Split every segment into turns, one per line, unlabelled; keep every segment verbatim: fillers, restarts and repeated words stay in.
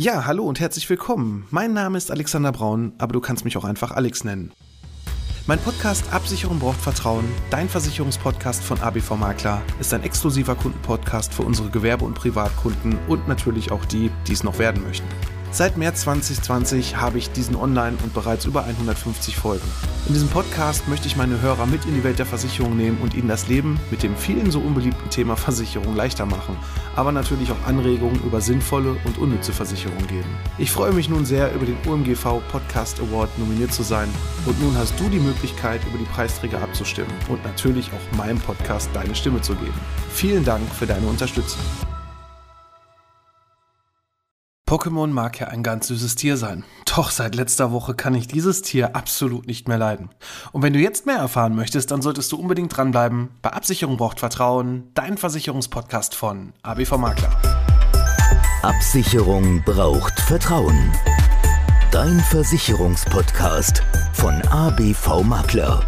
Ja, hallo und herzlich willkommen. Mein Name ist Alexander Braun, aber du kannst mich auch einfach Alex nennen. Mein Podcast Absicherung braucht Vertrauen, dein Versicherungspodcast von A B V Makler, ist ein exklusiver Kundenpodcast für unsere Gewerbe- und Privatkunden und natürlich auch die, die es noch werden möchten. Seit März zwanzig zwanzig habe ich diesen online und bereits über hundertfünfzig Folgen. In diesem Podcast möchte ich meine Hörer mit in die Welt der Versicherung nehmen und ihnen das Leben mit dem vielen so unbeliebten Thema Versicherung leichter machen, aber natürlich auch Anregungen über sinnvolle und unnütze Versicherungen geben. Ich freue mich nun sehr, über den O M G V Podcast Award nominiert zu sein und nun hast du die Möglichkeit, über die Preisträger abzustimmen und natürlich auch meinem Podcast deine Stimme zu geben. Vielen Dank für deine Unterstützung. Pokémon mag ja ein ganz süßes Tier sein. Doch seit letzter Woche kann ich dieses Tier absolut nicht mehr leiden. Und wenn du jetzt mehr erfahren möchtest, dann solltest du unbedingt dranbleiben. Bei Absicherung braucht Vertrauen, dein Versicherungspodcast von A B V Makler.
Absicherung braucht Vertrauen. Dein Versicherungspodcast von A B V Makler.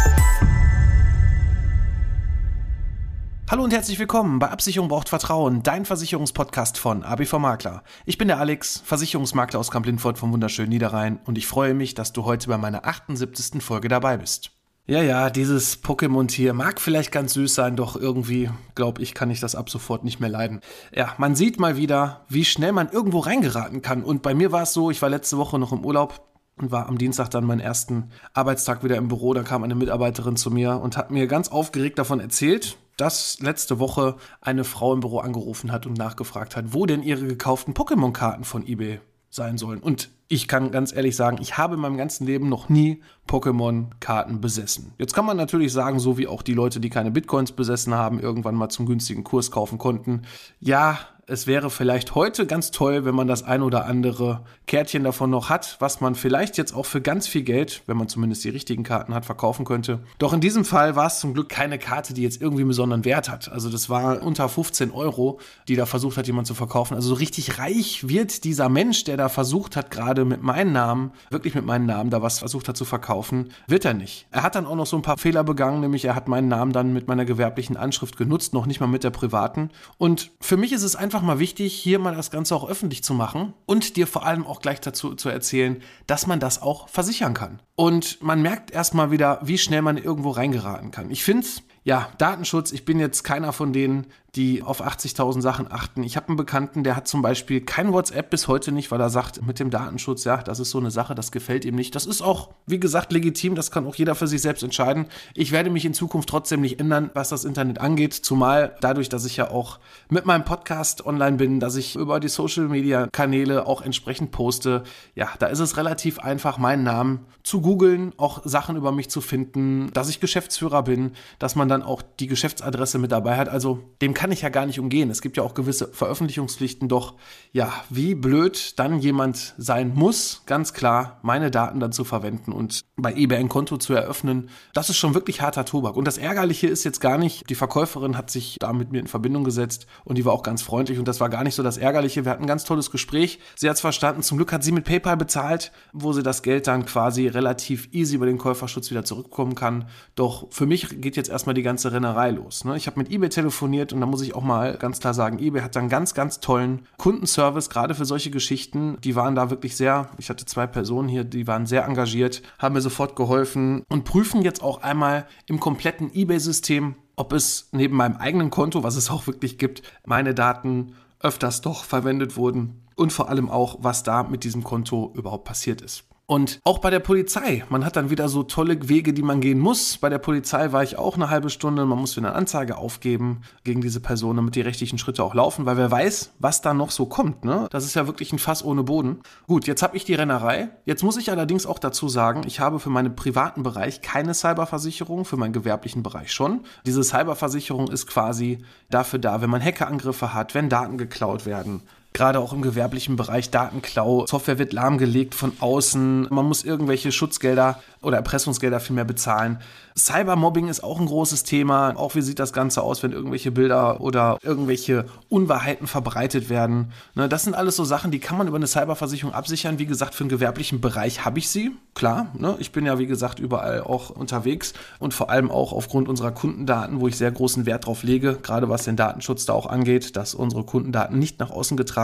Hallo und herzlich willkommen bei Absicherung braucht Vertrauen, dein Versicherungspodcast von A B V Makler. Ich bin der Alex, Versicherungsmakler aus Kamp-Lindfort vom wunderschönen Niederrhein und ich freue mich, dass du heute bei meiner achtundsiebzigsten Folge dabei bist. Ja, ja, dieses Pokémon-Tier mag vielleicht ganz süß sein, doch irgendwie, glaube ich, kann ich das ab sofort nicht mehr leiden. Ja, man sieht mal wieder, wie schnell man irgendwo reingeraten kann und bei mir war es so, ich war letzte Woche noch im Urlaub und war am Dienstag dann meinen ersten Arbeitstag wieder im Büro. Da kam eine Mitarbeiterin zu mir und hat mir ganz aufgeregt davon erzählt, dass letzte Woche eine Frau im Büro angerufen hat und nachgefragt hat, wo denn ihre gekauften Pokémon-Karten von eBay sein sollen. Und ich kann ganz ehrlich sagen, ich habe in meinem ganzen Leben noch nie Pokémon-Karten besessen. Jetzt kann man natürlich sagen, so wie auch die Leute, die keine Bitcoins besessen haben, irgendwann mal zum günstigen Kurs kaufen konnten. Ja, es wäre vielleicht heute ganz toll, wenn man das ein oder andere Kärtchen davon noch hat, was man vielleicht jetzt auch für ganz viel Geld, wenn man zumindest die richtigen Karten hat, verkaufen könnte. Doch in diesem Fall war es zum Glück keine Karte, die jetzt irgendwie einen besonderen Wert hat. Also das war unter fünfzehn Euro, die da versucht hat, jemand zu verkaufen. Also so richtig reich wird dieser Mensch, der da versucht hat, gerade mit meinem Namen, wirklich mit meinem Namen da was versucht hat zu verkaufen, wird er nicht. Er hat dann auch noch so ein paar Fehler begangen, nämlich er hat meinen Namen dann mit meiner gewerblichen Anschrift genutzt, noch nicht mal mit der privaten. Und für mich ist es einfach mal wichtig, hier mal das Ganze auch öffentlich zu machen und dir vor allem auch gleich dazu zu erzählen, dass man das auch versichern kann. Und man merkt erstmal wieder, wie schnell man irgendwo reingeraten kann. Ich finde es, ja, Datenschutz, ich bin jetzt keiner von denen, die auf achtzigtausend Sachen achten. Ich habe einen Bekannten, der hat zum Beispiel kein WhatsApp bis heute nicht, weil er sagt, mit dem Datenschutz, ja, das ist so eine Sache, das gefällt ihm nicht. Das ist auch, wie gesagt, legitim, das kann auch jeder für sich selbst entscheiden. Ich werde mich in Zukunft trotzdem nicht ändern, was das Internet angeht, zumal dadurch, dass ich ja auch mit meinem Podcast online bin, dass ich über die Social-Media-Kanäle auch entsprechend poste. Ja, da ist es relativ einfach, meinen Namen zu googeln, auch Sachen über mich zu finden, dass ich Geschäftsführer bin, dass man dann auch die Geschäftsadresse mit dabei hat. Also dem kann ich ja gar nicht umgehen. Es gibt ja auch gewisse Veröffentlichungspflichten, doch ja, wie blöd dann jemand sein muss, ganz klar, meine Daten dann zu verwenden und bei eBay ein Konto zu eröffnen, das ist schon wirklich harter Tobak. Und das Ärgerliche ist jetzt gar nicht, die Verkäuferin hat sich da mit mir in Verbindung gesetzt und die war auch ganz freundlich und das war gar nicht so das Ärgerliche. Wir hatten ein ganz tolles Gespräch. Sie hat es verstanden. Zum Glück hat sie mit PayPal bezahlt, wo sie das Geld dann quasi relativ easy über den Käuferschutz wieder zurückbekommen kann. Doch für mich geht jetzt erstmal die ganze Rennerei los. Ne? Ich habe mit eBay telefoniert und da muss ich auch mal ganz klar sagen, eBay hat da einen ganz, ganz tollen Kundenservice, gerade für solche Geschichten. Die waren da wirklich sehr, ich hatte zwei Personen hier, die waren sehr engagiert, haben mir sofort geholfen und prüfen jetzt auch einmal im kompletten eBay-System, ob es neben meinem eigenen Konto, was es auch wirklich gibt, meine Daten öfters doch verwendet wurden und vor allem auch, was da mit diesem Konto überhaupt passiert ist. Und auch bei der Polizei, man hat dann wieder so tolle Wege, die man gehen muss. Bei der Polizei war ich auch eine halbe Stunde, man muss wieder eine Anzeige aufgeben gegen diese Person, damit die rechtlichen Schritte auch laufen, weil wer weiß, was da noch so kommt, ne? Das ist ja wirklich ein Fass ohne Boden. Gut, jetzt habe ich die Rennerei. Jetzt muss ich allerdings auch dazu sagen, ich habe für meinen privaten Bereich keine Cyberversicherung, für meinen gewerblichen Bereich schon. Diese Cyberversicherung ist quasi dafür da, wenn man Hackerangriffe hat, wenn Daten geklaut werden. Gerade auch im gewerblichen Bereich Datenklau, Software wird lahmgelegt von außen, man muss irgendwelche Schutzgelder oder Erpressungsgelder viel mehr bezahlen. Cybermobbing ist auch ein großes Thema. Auch wie sieht das Ganze aus, wenn irgendwelche Bilder oder irgendwelche Unwahrheiten verbreitet werden. Ne, das sind alles so Sachen, die kann man über eine Cyberversicherung absichern. Wie gesagt, für den gewerblichen Bereich habe ich sie. Klar, ne, ich bin ja wie gesagt überall auch unterwegs und vor allem auch aufgrund unserer Kundendaten, wo ich sehr großen Wert drauf lege, gerade was den Datenschutz da auch angeht, dass unsere Kundendaten nicht nach außen getragen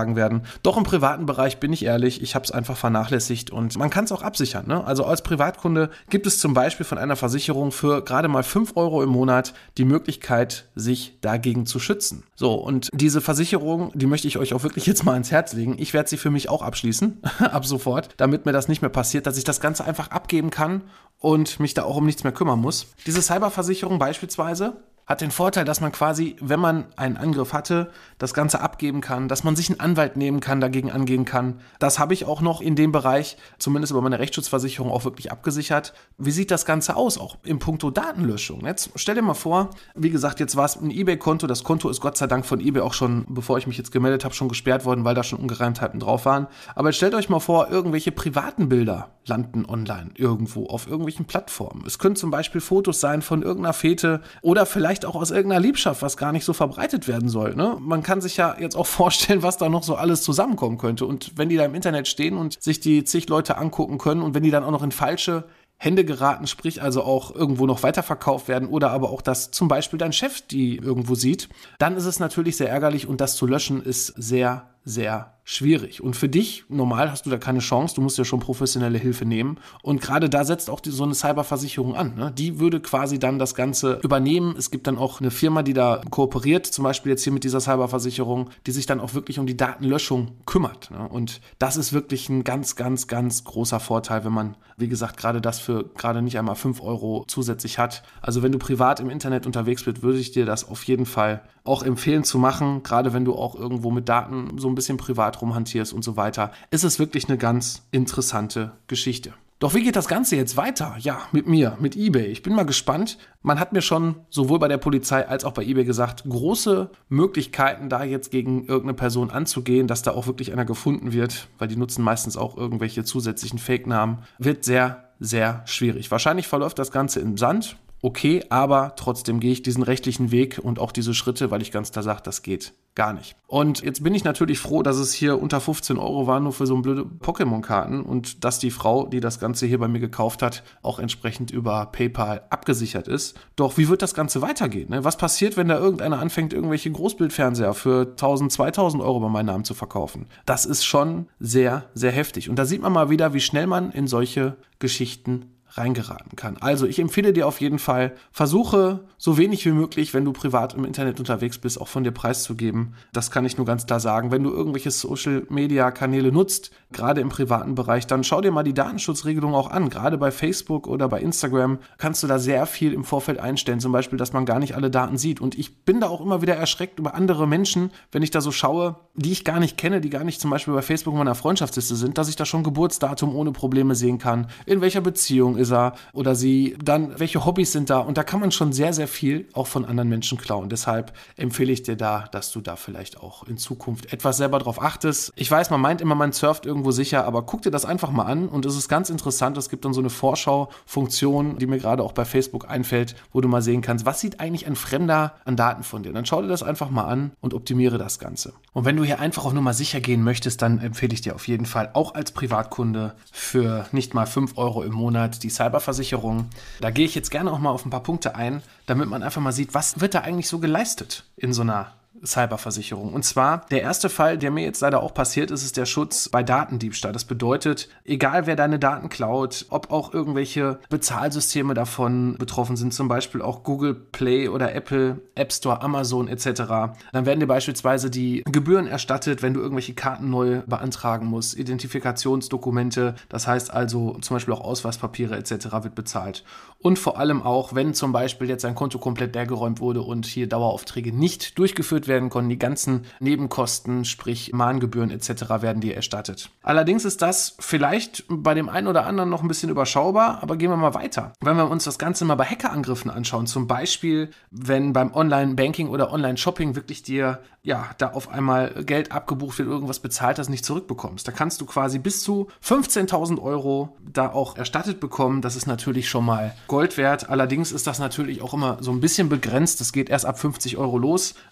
getragen werden. Doch im privaten Bereich, bin ich ehrlich, ich habe es einfach vernachlässigt und man kann es auch absichern. Ne? Also als Privatkunde gibt es zum Beispiel von einer Versicherung für gerade mal fünf Euro im Monat die Möglichkeit, sich dagegen zu schützen. So, und diese Versicherung, die möchte ich euch auch wirklich jetzt mal ans Herz legen. Ich werde sie für mich auch abschließen, ab sofort, damit mir das nicht mehr passiert, dass ich das Ganze einfach abgeben kann und mich da auch um nichts mehr kümmern muss. Diese Cyberversicherung beispielsweise hat den Vorteil, dass man quasi, wenn man einen Angriff hatte, das Ganze abgeben kann, dass man sich einen Anwalt nehmen kann, dagegen angehen kann. Das habe ich auch noch in dem Bereich, zumindest über meine Rechtsschutzversicherung, auch wirklich abgesichert. Wie sieht das Ganze aus, auch in puncto Datenlöschung? Jetzt stell dir mal vor, wie gesagt, jetzt war es ein eBay-Konto. Das Konto ist Gott sei Dank von eBay auch schon, bevor ich mich jetzt gemeldet habe, schon gesperrt worden, weil da schon Ungereimtheiten drauf waren. Aber jetzt stellt euch mal vor, irgendwelche privaten Bilder landen online irgendwo auf irgendwelchen Plattformen. Es können zum Beispiel Fotos sein von irgendeiner Fete oder vielleicht auch aus irgendeiner Liebschaft, was gar nicht so verbreitet werden soll. Ne? Man kann sich ja jetzt auch vorstellen, was da noch so alles zusammenkommen könnte. Und wenn die da im Internet stehen und sich die zig Leute angucken können und wenn die dann auch noch in falsche Hände geraten, sprich also auch irgendwo noch weiterverkauft werden oder aber auch, dass zum Beispiel dein Chef die irgendwo sieht, dann ist es natürlich sehr ärgerlich und das zu löschen ist sehr, sehr schwierig. Und für dich, normal hast du da keine Chance, du musst ja schon professionelle Hilfe nehmen. Und gerade da setzt auch die, so eine Cyberversicherung an. Ne? Die würde quasi dann das Ganze übernehmen. Es gibt dann auch eine Firma, die da kooperiert, zum Beispiel jetzt hier mit dieser Cyberversicherung, die sich dann auch wirklich um die Datenlöschung kümmert. Ne? Und das ist wirklich ein ganz, ganz, ganz großer Vorteil, wenn man, wie gesagt, gerade das für gerade nicht einmal fünf Euro zusätzlich hat. Also wenn du privat im Internet unterwegs bist, würde ich dir das auf jeden Fall auch empfehlen zu machen, gerade wenn du auch irgendwo mit Daten so ein bisschen privat rumhantierst und so weiter, ist es wirklich eine ganz interessante Geschichte. Doch wie geht das Ganze jetzt weiter? Ja, mit mir, mit eBay. Ich bin mal gespannt. Man hat mir schon sowohl bei der Polizei als auch bei eBay gesagt, große Möglichkeiten, da jetzt gegen irgendeine Person anzugehen, dass da auch wirklich einer gefunden wird, weil die nutzen meistens auch irgendwelche zusätzlichen Fake-Namen, wird sehr, sehr schwierig. Wahrscheinlich verläuft das Ganze im Sand. Okay, aber trotzdem gehe ich diesen rechtlichen Weg und auch diese Schritte, weil ich ganz klar sage, das geht gar nicht. Und jetzt bin ich natürlich froh, dass es hier unter fünfzehn Euro war, nur für so ein blöde Pokémon-Karten und dass die Frau, die das Ganze hier bei mir gekauft hat, auch entsprechend über PayPal abgesichert ist. Doch wie wird das Ganze weitergehen? Ne? Was passiert, wenn da irgendeiner anfängt, irgendwelche Großbildfernseher für tausend, zweitausend Euro bei meinem Namen zu verkaufen? Das ist schon sehr, sehr heftig. Und da sieht man mal wieder, wie schnell man in solche Geschichten reingeraten kann. Also ich empfehle dir auf jeden Fall, versuche so wenig wie möglich, wenn du privat im Internet unterwegs bist, auch von dir preiszugeben. Das kann ich nur ganz klar sagen. Wenn du irgendwelche Social-Media-Kanäle nutzt, gerade im privaten Bereich, dann schau dir mal die Datenschutzregelung auch an. Gerade bei Facebook oder bei Instagram kannst du da sehr viel im Vorfeld einstellen. Zum Beispiel, dass man gar nicht alle Daten sieht. Und ich bin da auch immer wieder erschreckt über andere Menschen, wenn ich da so schaue, die ich gar nicht kenne, die gar nicht zum Beispiel bei Facebook in meiner Freundschaftsliste sind, dass ich da schon Geburtsdatum ohne Probleme sehen kann, in welcher Beziehung ist er oder sie, dann welche Hobbys sind da und da kann man schon sehr, sehr viel auch von anderen Menschen klauen. Deshalb empfehle ich dir da, dass du da vielleicht auch in Zukunft etwas selber drauf achtest. Ich weiß, man meint immer, man surft irgendwo sicher, aber guck dir das einfach mal an und es ist ganz interessant. Es gibt dann so eine Vorschau-Funktion, die mir gerade auch bei Facebook einfällt, wo du mal sehen kannst, was sieht eigentlich ein Fremder an Daten von dir? Dann schau dir das einfach mal an und optimiere das Ganze. Und wenn du hier einfach auf Nummer sicher gehen möchtest, dann empfehle ich dir auf jeden Fall auch als Privatkunde für nicht mal fünf Euro im Monat die Cyberversicherung. Da gehe ich jetzt gerne auch mal auf ein paar Punkte ein, damit man einfach mal sieht, was wird da eigentlich so geleistet in so einer Cyberversicherung. Und zwar, der erste Fall, der mir jetzt leider auch passiert ist, ist der Schutz bei Datendiebstahl. Das bedeutet, egal wer deine Daten klaut, ob auch irgendwelche Bezahlsysteme davon betroffen sind, zum Beispiel auch Google Play oder Apple, App Store, Amazon et cetera, dann werden dir beispielsweise die Gebühren erstattet, wenn du irgendwelche Karten neu beantragen musst, Identifikationsdokumente, das heißt also zum Beispiel auch Ausweispapiere et cetera wird bezahlt. Und vor allem auch, wenn zum Beispiel jetzt ein Konto komplett leergeräumt wurde und hier Daueraufträge nicht durchgeführt werden konnten, die ganzen Nebenkosten, sprich Mahngebühren et cetera werden dir erstattet. Allerdings ist das vielleicht bei dem einen oder anderen noch ein bisschen überschaubar, aber gehen wir mal weiter. Wenn wir uns das Ganze mal bei Hackerangriffen anschauen, zum Beispiel, wenn beim Online-Banking oder Online-Shopping wirklich dir ja da auf einmal Geld abgebucht wird, irgendwas bezahlt hast, nicht zurückbekommst, da kannst du quasi bis zu fünfzehntausend Euro da auch erstattet bekommen. Das ist natürlich schon mal Gold wert. Allerdings ist das natürlich auch immer so ein bisschen begrenzt. Das geht erst ab fünfzig Euro los und wird bis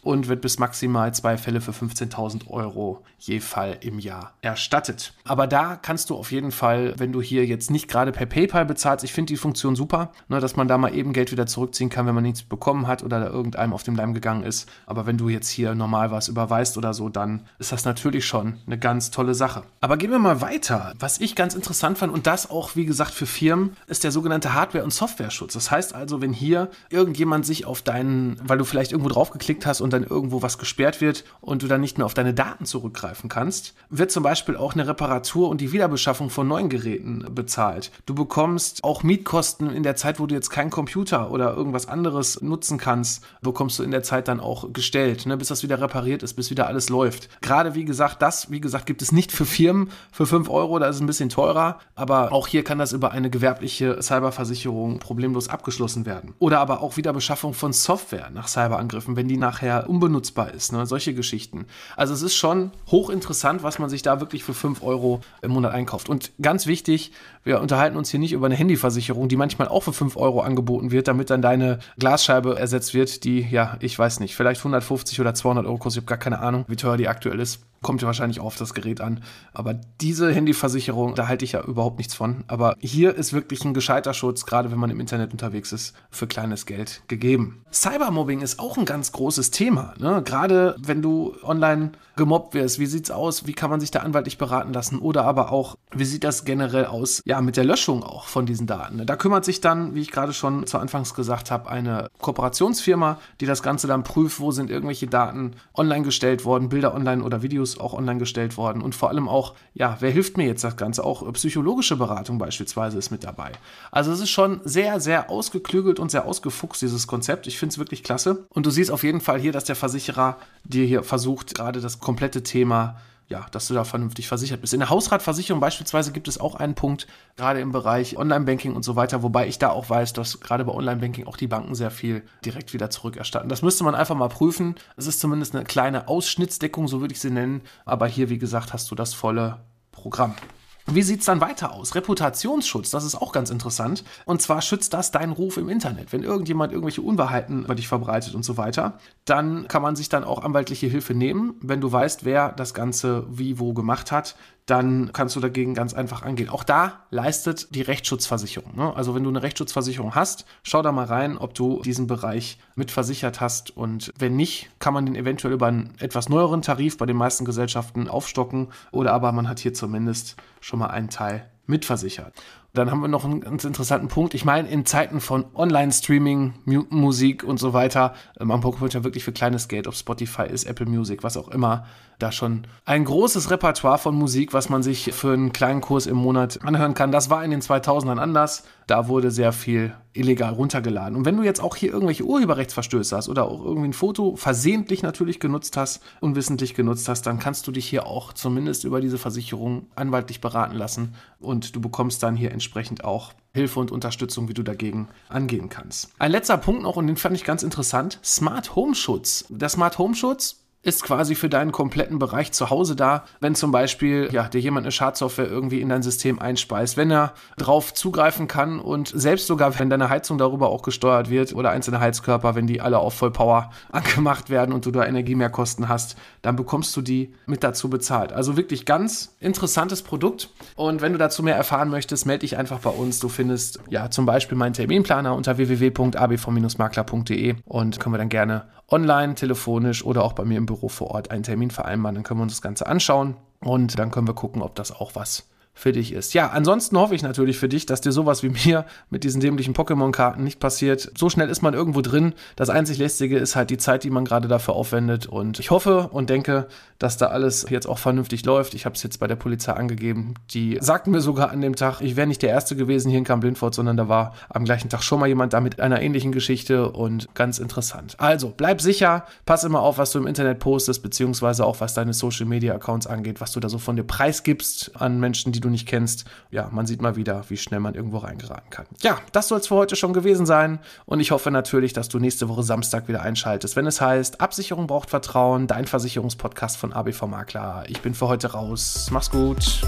bis maximal zwei Fälle für fünfzehntausend Euro je Fall im Jahr erstattet. Aber da kannst du auf jeden Fall, wenn du hier jetzt nicht gerade per PayPal bezahlst, ich finde die Funktion super, ne, dass man da mal eben Geld wieder zurückziehen kann, wenn man nichts bekommen hat oder da irgendeinem auf dem Leim gegangen ist. Aber wenn du jetzt hier normal was überweist oder so, dann ist das natürlich schon eine ganz tolle Sache. Aber gehen wir mal weiter. Was ich ganz interessant fand und das auch, wie gesagt, für Firmen, ist der sogenannte Hardware- und Software-Schutz. Das heißt also, wenn hier irgendjemand sich auf deinen, weil du vielleicht irgendwo drauf geklickt hast und dann irgendwo was gesperrt wird und du dann nicht mehr auf deine Daten zurückgreifen kannst, wird zum Beispiel auch eine Reparatur und die Wiederbeschaffung von neuen Geräten bezahlt. Du bekommst auch Mietkosten in der Zeit, wo du jetzt keinen Computer oder irgendwas anderes nutzen kannst, bekommst du in der Zeit dann auch gestellt, ne, bis das wieder repariert ist, bis wieder alles läuft. Gerade wie gesagt, das, wie gesagt, gibt es nicht für Firmen für fünf Euro, da ist es ein bisschen teurer, aber auch hier kann das über eine gewerbliche Cyberversicherung problemlos abgeschlossen werden. Oder aber auch Wiederbeschaffung von Software nach Cyberangriffen, wenn die nachher unbenutzbar ist, ne, solche Geschichten. Also es ist schon hochinteressant, was man sich da wirklich für fünf Euro im Monat einkauft. Und ganz wichtig, wir unterhalten uns hier nicht über eine Handyversicherung, die manchmal auch für fünf Euro angeboten wird, damit dann deine Glasscheibe ersetzt wird, die, ja, ich weiß nicht, vielleicht hundertfünfzig oder zweihundert Euro kostet, ich habe gar keine Ahnung, wie teuer die aktuell ist. Kommt ja wahrscheinlich auch auf das Gerät an. Aber diese Handyversicherung, da halte ich ja überhaupt nichts von. Aber hier ist wirklich ein gescheiter Schutz, gerade wenn man im Internet unterwegs ist, für kleines Geld gegeben. Cybermobbing ist auch ein ganz großes Thema, ne? Gerade wenn du online gemobbt wirst, wie sieht's aus? Wie kann man sich da anwaltlich beraten lassen? Oder aber auch, wie sieht das generell aus? Ja, mit der Löschung auch von diesen Daten. Da kümmert sich dann, wie ich gerade schon zu Anfangs gesagt habe, eine Kooperationsfirma, die das Ganze dann prüft, wo sind irgendwelche Daten online gestellt worden, Bilder online oder Videos auch online gestellt worden und vor allem auch, ja, wer hilft mir jetzt das Ganze? Auch psychologische Beratung beispielsweise ist mit dabei. Also es ist schon sehr, sehr ausgeklügelt und sehr ausgefuchst, dieses Konzept. Ich finde es wirklich klasse. Und du siehst auf jeden Fall hier, dass der Versicherer dir hier versucht, gerade das komplette Thema, ja, dass du da vernünftig versichert bist. In der Hausratversicherung beispielsweise gibt es auch einen Punkt, gerade im Bereich Online-Banking und so weiter, wobei ich da auch weiß, dass gerade bei Online-Banking auch die Banken sehr viel direkt wieder zurückerstatten. Das müsste man einfach mal prüfen. Es ist zumindest eine kleine Ausschnittsdeckung, so würde ich sie nennen, aber hier, wie gesagt, hast du das volle Programm. Wie sieht es dann weiter aus? Reputationsschutz, das ist auch ganz interessant. Und zwar schützt das deinen Ruf im Internet. Wenn irgendjemand irgendwelche Unwahrheiten über dich verbreitet und so weiter, dann kann man sich dann auch anwaltliche Hilfe nehmen. Wenn du weißt, wer das Ganze wie wo gemacht hat, dann kannst du dagegen ganz einfach angehen. Auch da leistet die Rechtsschutzversicherung, ne? Also wenn du eine Rechtsschutzversicherung hast, schau da mal rein, ob du diesen Bereich mitversichert hast. Und wenn nicht, kann man den eventuell über einen etwas neueren Tarif bei den meisten Gesellschaften aufstocken. Oder aber man hat hier zumindest schon mal einen Teil mitversichert. Dann haben wir noch einen ganz interessanten Punkt. Ich meine, in Zeiten von Online-Streaming, Mu- Musik und so weiter, man bekommt ja wirklich für kleines Geld, ob Spotify ist, Apple Music, was auch immer, da schon ein großes Repertoire von Musik, was man sich für einen kleinen Kurs im Monat anhören kann. Das war in den zweitausendern anders. Da wurde sehr viel illegal runtergeladen. Und wenn du jetzt auch hier irgendwelche Urheberrechtsverstöße hast oder auch irgendwie ein Foto versehentlich natürlich genutzt hast, unwissentlich genutzt hast, dann kannst du dich hier auch zumindest über diese Versicherung anwaltlich beraten lassen und du bekommst dann hier entsprechend auch Hilfe und Unterstützung, wie du dagegen angehen kannst. Ein letzter Punkt noch, und den fand ich ganz interessant: Smart Home Schutz. Der Smart Home Schutz ist quasi für deinen kompletten Bereich zu Hause da, wenn zum Beispiel ja, dir jemand eine Schadsoftware irgendwie in dein System einspeist, wenn er drauf zugreifen kann und selbst sogar, wenn deine Heizung darüber auch gesteuert wird oder einzelne Heizkörper, wenn die alle auf Vollpower angemacht werden und du da Energiemehrkosten hast, dann bekommst du die mit dazu bezahlt. Also wirklich ganz interessantes Produkt, und wenn du dazu mehr erfahren möchtest, melde dich einfach bei uns. Du findest ja zum Beispiel meinen Terminplaner unter w w w punkt a b v makler punkt d e und können wir dann gerne online, telefonisch oder auch bei mir im Büro vor Ort einen Termin vereinbaren. Dann können wir uns das Ganze anschauen und dann können wir gucken, ob das auch was für dich ist. Ja, ansonsten hoffe ich natürlich für dich, dass dir sowas wie mir mit diesen dämlichen Pokémon-Karten nicht passiert. So schnell ist man irgendwo drin. Das einzig Lästige ist halt die Zeit, die man gerade dafür aufwendet, und ich hoffe und denke, dass da alles jetzt auch vernünftig läuft. Ich habe es jetzt bei der Polizei angegeben. Die sagten mir sogar an dem Tag, ich wäre nicht der Erste gewesen hier in Kamp-Lintfort, sondern da war am gleichen Tag schon mal jemand da mit einer ähnlichen Geschichte, und ganz interessant. Also, bleib sicher, pass immer auf, was du im Internet postest, beziehungsweise auch was deine Social-Media-Accounts angeht, was du da so von dir preisgibst an Menschen, die du nicht kennst. Ja, man sieht mal wieder, wie schnell man irgendwo reingeraten kann. Ja, das soll es für heute schon gewesen sein, und ich hoffe natürlich, dass du nächste Woche Samstag wieder einschaltest, wenn es heißt, Absicherung braucht Vertrauen, dein Versicherungspodcast von A B V Makler. Ich bin für heute raus. Mach's gut.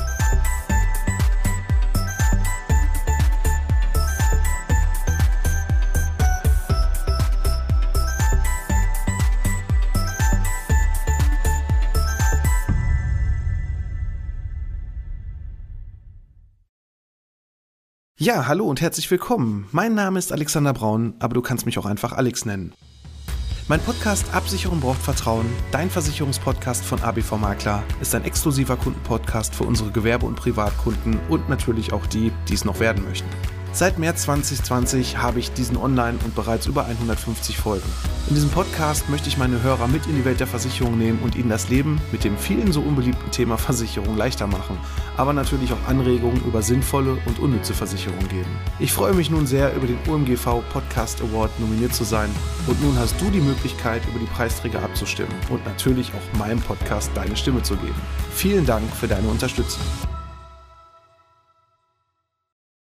Ja, hallo und herzlich willkommen. Mein Name ist Alexander Braun, aber du kannst mich auch einfach Alex nennen. Mein Podcast Absicherung braucht Vertrauen, dein Versicherungspodcast von A B V Makler, ist ein exklusiver Kundenpodcast für unsere Gewerbe- und Privatkunden und natürlich auch die, die es noch werden möchten. Seit März zwanzig zwanzig habe ich diesen online und bereits über hundertfünfzig Folgen. In diesem Podcast möchte ich meine Hörer mit in die Welt der Versicherung nehmen und ihnen das Leben mit dem vielen so unbeliebten Thema Versicherung leichter machen, aber natürlich auch Anregungen über sinnvolle und unnütze Versicherung geben. Ich freue mich nun sehr, über den O M G V Podcast Award nominiert zu sein und nun hast du die Möglichkeit, über die Preisträger abzustimmen und natürlich auch meinem Podcast deine Stimme zu geben. Vielen Dank für deine Unterstützung.